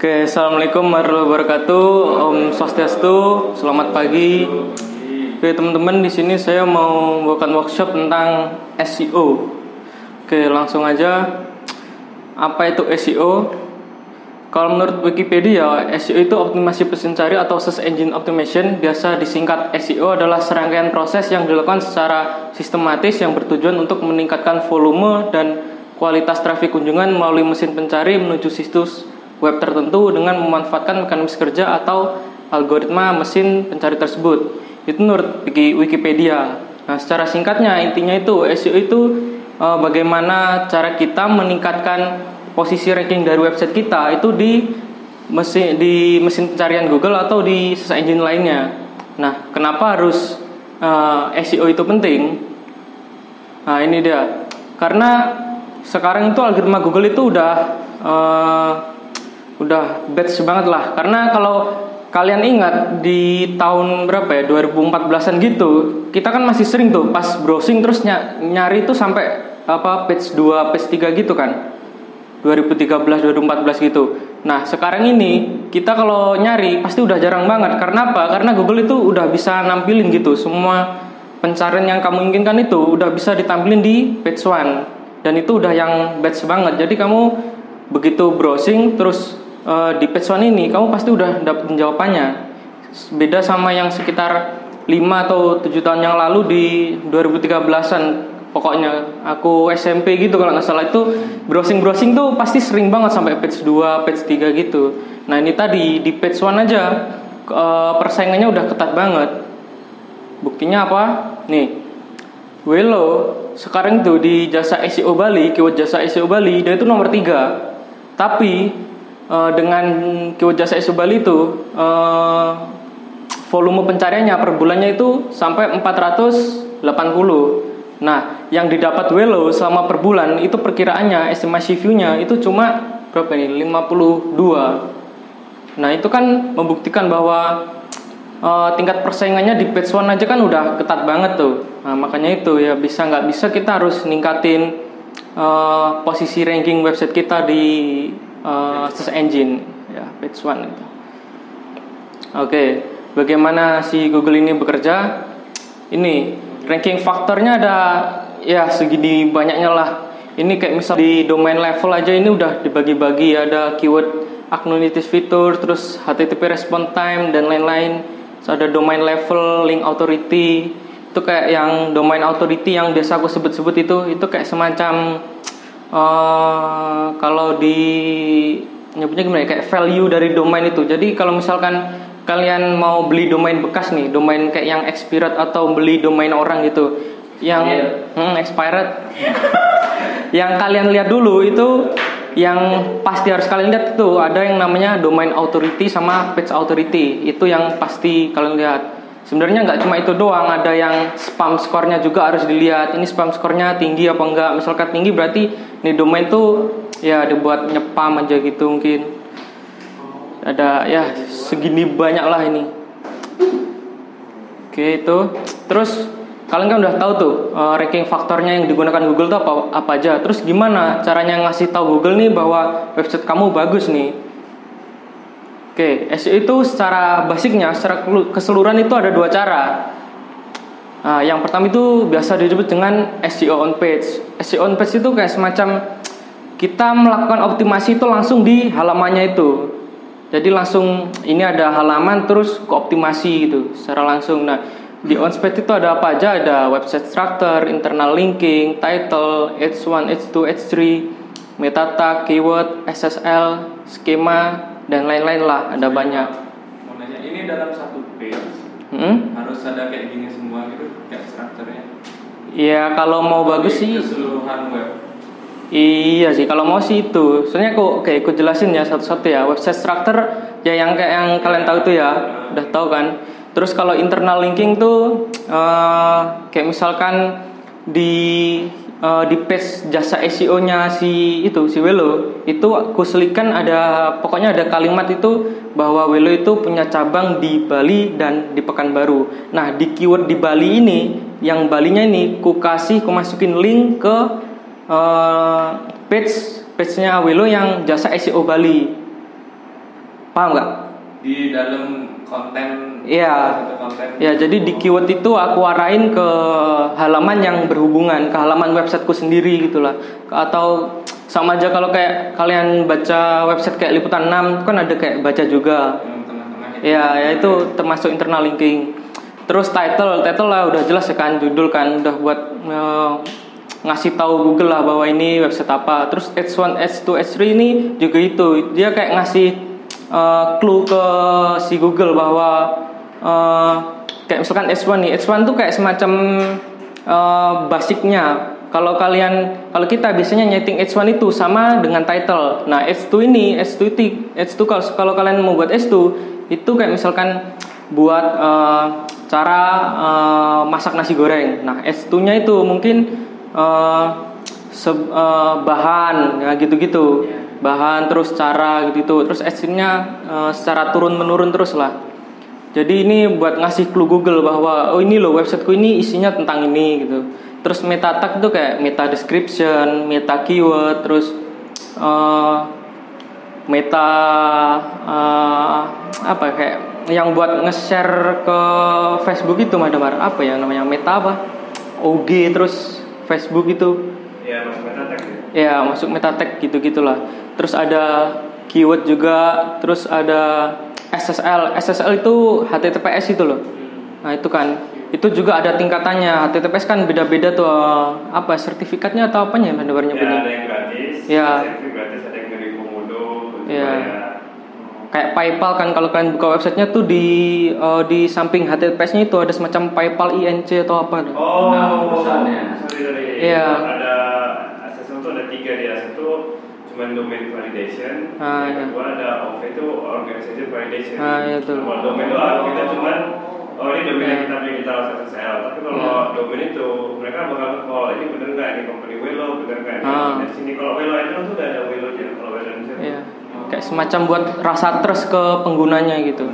Oke, assalamualaikum warahmatullahi wabarakatuh. Om Swastiastu, selamat pagi. Oke, teman-teman, di sini saya mau membawakan workshop tentang SEO. Oke, langsung aja. Apa itu SEO? Kalau menurut Wikipedia, SEO itu optimasi pencari atau search engine optimization, biasa disingkat SEO, adalah serangkaian proses yang dilakukan secara sistematis yang bertujuan untuk meningkatkan volume dan kualitas trafik kunjungan melalui mesin pencari menuju situs web tertentu dengan memanfaatkan mekanisme kerja atau algoritma mesin pencari tersebut. Itu menurut Wikipedia. Nah, secara singkatnya intinya itu SEO itu bagaimana cara kita meningkatkan posisi ranking dari website kita itu di mesin pencarian Google atau di search engine lainnya. Nah, kenapa harus SEO itu penting? Nah, ini dia. Karena sekarang itu algoritma Google itu udah batch banget lah. Karena kalau kalian ingat di tahun berapa ya, 2014an gitu, kita kan masih sering tuh pas browsing terus nyari itu sampai page 2, page 3 gitu kan. 2013, 2014 gitu. Nah, sekarang ini kita kalau nyari pasti udah jarang banget. Karena apa? Karena Google itu udah bisa nampilin gitu. Semua pencarian yang kamu inginkan itu udah bisa ditampilin di page 1. Dan itu udah yang batch banget. Jadi kamu begitu browsing terus di page 1 ini kamu pasti udah dapetin jawabannya. Beda sama yang sekitar 5 atau 7 tahun yang lalu di 2013an. Pokoknya aku SMP gitu kalau nggak salah, itu browsing tuh pasti sering banget sampai page 2, page 3 gitu. Nah, ini tadi di page 1 aja persaingannya udah ketat banget. Buktinya apa? Nih, Welo sekarang tuh di jasa SEO Bali, keyword jasa SEO Bali, dia itu nomor 3. Tapi dengan keyword jasa SEO Bali itu volume pencariannya per bulannya itu sampai 480. Nah, yang didapat Welo selama per bulan itu perkiraannya estimasi view-nya itu cuma berapa nih? 52. Nah, itu kan membuktikan bahwa tingkat persaingannya di page 1 aja kan udah ketat banget tuh. Nah, makanya itu ya, bisa nggak bisa kita harus ningkatin posisi ranking website kita di search engine ya, page 1 itu. Oke, bagaimana si Google ini bekerja? Ini ranking faktornya ada ya segini banyaknya lah. Ini kayak misal di domain level aja ini udah dibagi-bagi, ada keyword acknowledged feature, terus HTTP response time dan lain-lain. Terus ada domain level, link authority. Itu kayak yang domain authority yang biasa aku sebut-sebut itu kayak semacam kalau di nyebutnya gimana ya, kayak value dari domain itu. Jadi kalau misalkan kalian mau beli domain bekas nih, domain kayak yang expired atau beli domain orang gitu, yang expired, yang kalian lihat dulu itu, yang pasti harus kalian lihat itu ada yang namanya domain authority sama page authority. Itu yang pasti kalian lihat. Sebenarnya nggak cuma itu doang, ada yang spam score-nya juga harus dilihat. Ini spam score-nya tinggi apa enggak? Misalkan tinggi berarti nih domain tuh ya dibuat nyepam aja gitu mungkin. Ada ya segini banyak lah ini. Oke, itu. Terus kalian kan udah tahu tuh ranking faktornya yang digunakan Google tuh apa aja. Terus gimana caranya ngasih tahu Google nih bahwa website kamu bagus nih? Oke, SEO itu secara basicnya, secara keseluruhan itu ada 2 cara. Nah, yang pertama itu biasa disebut dengan SEO on page. SEO on page itu kayak semacam kita melakukan optimasi itu langsung di halamannya itu. Jadi langsung ini ada halaman terus ke optimasi gitu secara langsung. Nah, di on page itu ada apa aja? Ada website structure, internal linking, title, H1, H2, H3, meta tag, keyword, SSL, skema, dan lain-lain lah, ada banyak. Mau nanya, ini dalam satu page harus ada kayak gini semua gitu, kayak strukturnya? Iya, kalau mau bagus sih keseluruhan web. Iya sih, kalau mau sih itu. Soalnya aku jelasin ya satu-satu ya. Website structure ya yang kayak yang kalian tahu tuh ya, udah tahu kan. Terus kalau internal linking tuh kayak misalkan di page jasa SEO-nya si Welo itu aku selipkan pokoknya ada kalimat itu bahwa Welo itu punya cabang di Bali dan di Pekanbaru. Nah, di keyword di Bali ini, yang Balinya ini ku masukin link ke page-nya Welo yang jasa SEO Bali. Paham nggak? Di dalam konten. Iya. Konten. Ya, jadi di keyword itu aku arahin ke halaman yang berhubungan, ke halaman websiteku sendiri gitulah. Atau sama aja kalau kayak kalian baca website kayak Liputan 6 kan ada kayak baca juga. Ya itu termasuk internal linking. Terus title lah udah jelas ya kan, judul kan udah buat ngasih tahu Google lah bahwa ini website apa. Terus H1, H2, H3 ini juga itu, dia kayak ngasih clue ke si Google bahwa kayak misalkan H1 nih, H1 tuh kayak semacam basicnya. Kalau kita biasanya nyeting H1 itu sama dengan title. Nah H2 kalau kalian mau buat H2 itu kayak misalkan buat cara masak nasi goreng. Nah H2-nya itu mungkin bahan ya gitu-gitu. Bahan terus cara gitu. Terus H3-nya secara turun menurun terus lah. Jadi ini buat ngasih clue Google bahwa oh ini loh websiteku ini isinya tentang ini gitu. Terus meta tag itu kayak meta description, meta keyword, terus meta apa kayak yang buat nge-share ke Facebook itu apa ya namanya meta apa? OG terus Facebook itu. Ya masuk meta tag. Ya masuk meta tag gitu-gitulah. Terus ada keyword juga, terus ada SSL itu HTTPS itu loh. Nah itu kan. Itu juga ada tingkatannya. HTTPS kan beda-beda tuh apa sertifikatnya atau apanya benar-benar ya, ada yang gratis. Ya. Yang gratis ada yang dari Komodo. Ya. Kayak PayPal kan kalau kalian buka websitenya tuh di samping HTTPS-nya itu ada semacam PayPal INC atau apa? Oh, perusahaannya. Sorry. Iya. Ada SSL itu ada 3 dia. Satu cuma domain validation. Yang kedua ada OV itu organization validation. Itu. Kalau domain itu kita cuma ini domain kita harus SSL. Tapi kalau domain itu mereka bakal call ini benar nggak ini company Welo benar nggak ini. Di sini kalau Welo itu sudah ada Welo-nya. Kalau Welo itu. Iya. Kayak semacam buat rasa trust ke penggunanya gitu.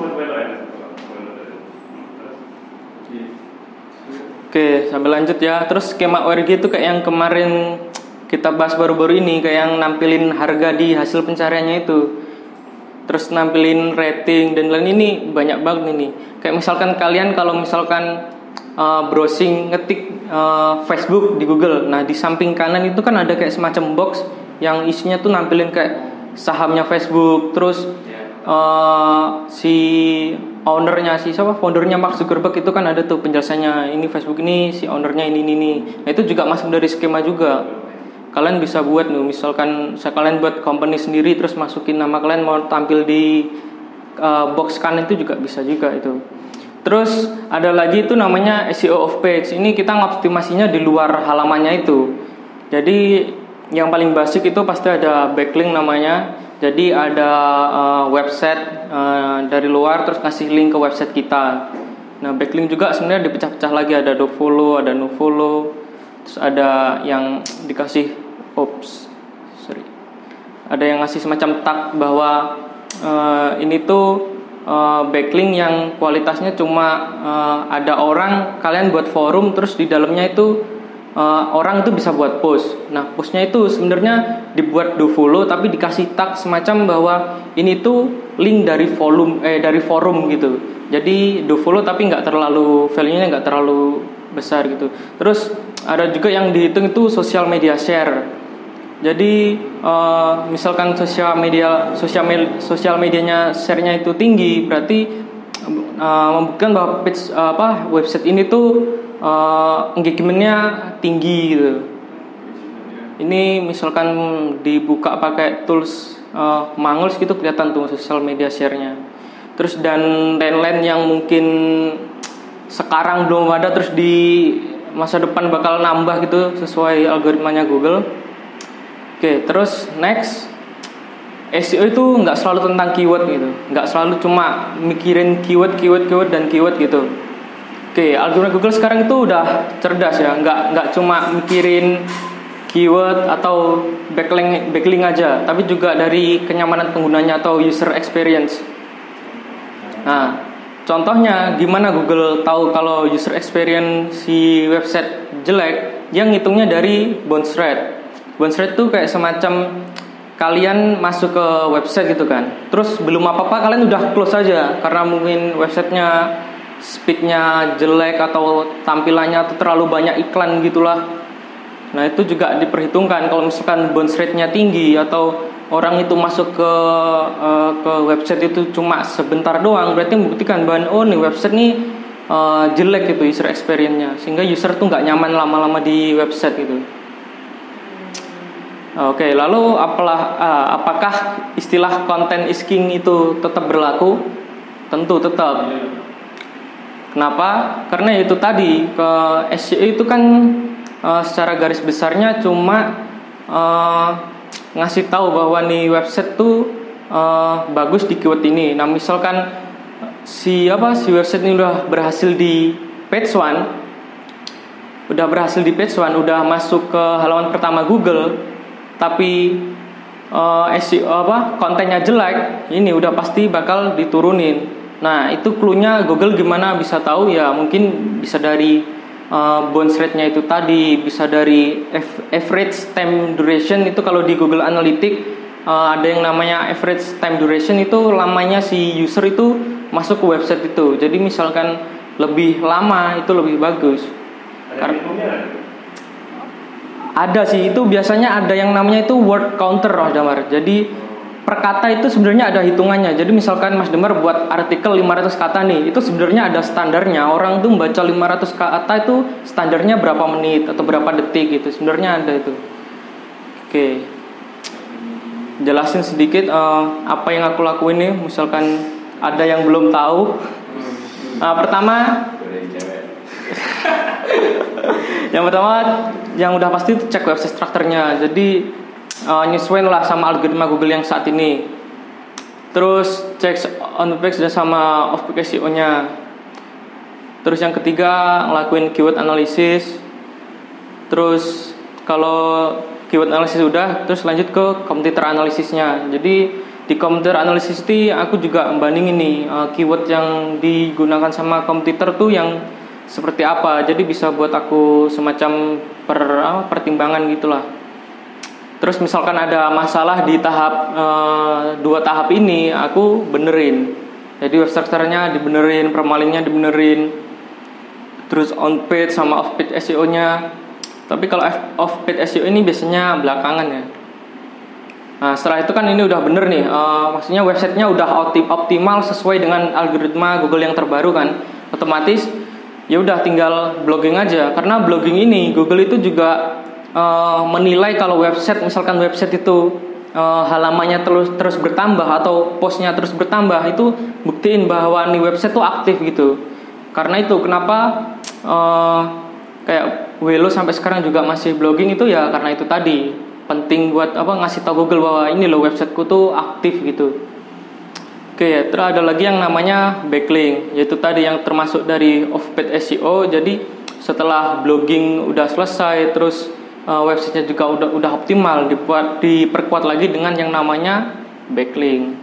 Oke, sambil lanjut ya. Terus skema ORG itu kayak yang kemarin kita bahas baru-baru ini, kayak yang nampilin harga di hasil pencariannya itu. Terus nampilin rating dan lain ini banyak banget ini. Kayak misalkan kalian kalau misalkan browsing ngetik Facebook di Google, nah di samping kanan itu kan ada kayak semacam box yang isinya tuh nampilin kayak sahamnya Facebook, terus si ownernya foundernya Mark Zuckerberg itu kan ada tuh penjelasannya ini Facebook ini si ownernya ini. Nah itu juga masuk dari skema juga. Kalian bisa buat nih, misalkan kalian buat company sendiri terus masukin nama kalian mau tampil di box kanan itu juga bisa juga itu. Terus ada lagi itu namanya SEO off page. Ini kita ngoptimasinya di luar halamannya itu. Jadi yang paling basic itu pasti ada backlink namanya. Jadi ada website dari luar terus ngasih link ke website kita. Nah backlink juga sebenarnya dipecah-pecah lagi, ada do follow, ada no follow. Terus ada yang dikasih ada yang ngasih semacam tag bahwa ini tuh backlink yang kualitasnya cuma ada orang, kalian buat forum terus di dalamnya itu orang itu bisa buat post. Nah postnya itu sebenarnya dibuat do follow tapi dikasih tag semacam bahwa ini tuh link dari forum gitu. Jadi do follow tapi nggak terlalu value-nya nggak terlalu besar gitu. Terus ada juga yang dihitung itu social media share. Jadi misalkan sosial medianya share-nya itu tinggi, berarti membuktikan bahwa website ini tuh engagement-nya tinggi gitu. Ini misalkan dibuka pakai tools Mangools gitu kelihatan tuh social media share-nya. Terus dan lain-lain yang mungkin sekarang belum ada terus di masa depan bakal nambah gitu sesuai algoritmanya Google. Oke, terus next, SEO itu nggak selalu tentang keyword gitu, nggak selalu cuma mikirin keyword dan keyword gitu. Oke, algoritma Google sekarang itu udah cerdas ya, nggak cuma mikirin keyword atau backlink aja, tapi juga dari kenyamanan penggunanya atau user experience. Nah, contohnya gimana Google tahu kalau user experience si website jelek? Dia ngitungnya dari bounce rate. Bounce rate tuh kayak semacam kalian masuk ke website gitu kan, terus belum apa-apa kalian udah close aja karena mungkin websitenya speednya jelek atau tampilannya tuh terlalu banyak iklan gitulah. Nah itu juga diperhitungkan kalau misalkan bounce rate-nya tinggi atau orang itu masuk ke website itu cuma sebentar doang, berarti membuktikan bahwa oh nih website nih jelek gitu user experience-nya, sehingga user tuh nggak nyaman lama-lama di website gitu. Oke, lalu apakah istilah content is king itu tetap berlaku? Tentu tetap. Kenapa? Karena itu tadi ke SEO itu kan secara garis besarnya cuma ngasih tahu bahwa nih website tuh bagus di keyword ini. Nah, misalkan si website ini udah berhasil di page 1, udah masuk ke halaman pertama Google, tapi SEO kontennya jelek, ini udah pasti bakal diturunin. Nah, itu clue-nya Google gimana bisa tahu ya? Mungkin bisa dari bounce rate-nya itu tadi, bisa dari average time duration. Itu kalau di Google Analytics ada yang namanya average time duration, itu lamanya si user itu masuk ke website itu. Jadi misalkan lebih lama itu lebih bagus. Ada sih, itu biasanya ada yang namanya itu word counter Mas Damar. Jadi per kata itu sebenarnya ada hitungannya. Jadi misalkan Mas Damar buat artikel 500 kata nih, itu sebenarnya ada standarnya. Orang tuh membaca 500 kata itu standarnya berapa menit atau berapa detik gitu. Sebenarnya ada itu. Oke. Jelasin sedikit apa yang aku lakuin nih. Misalkan ada yang belum tahu. Pertama yang udah pasti itu cek website strukturnya. Jadi nyesuaiin lah sama algoritma Google yang saat ini. Terus cek on page dan sama off page SEO-nya. Terus yang ketiga ngelakuin keyword analysis. Terus kalau keyword analysis udah, terus lanjut ke competitor analisisnya. Jadi di competitor analysis itu aku juga membandingin nih keyword yang digunakan sama kompetitor tuh yang seperti apa. Jadi bisa buat aku semacam pertimbangan gitulah. Terus misalkan ada masalah di tahap 2 tahap ini, aku benerin. Jadi web strukturnya dibenerin, permalingnya dibenerin. Terus on page sama off page SEO-nya. Tapi kalau off page SEO ini biasanya belakangan ya. Nah setelah itu kan ini udah bener nih, maksudnya websitenya udah optimal sesuai dengan algoritma Google yang terbaru kan. Otomatis ya udah tinggal blogging aja, karena blogging ini Google itu juga menilai kalau misalkan website itu halamannya terus bertambah atau postnya terus bertambah, itu buktiin bahwa nih website tuh aktif gitu. Karena itu kenapa kayak Welo sampai sekarang juga masih blogging itu ya karena itu tadi, penting buat ngasih tahu Google bahwa ini loh websiteku tuh aktif gitu. Oke, terus ada lagi yang namanya backlink, yaitu tadi yang termasuk dari off-page SEO. Jadi setelah blogging udah selesai, terus websitenya juga udah optimal, diperkuat lagi dengan yang namanya backlink.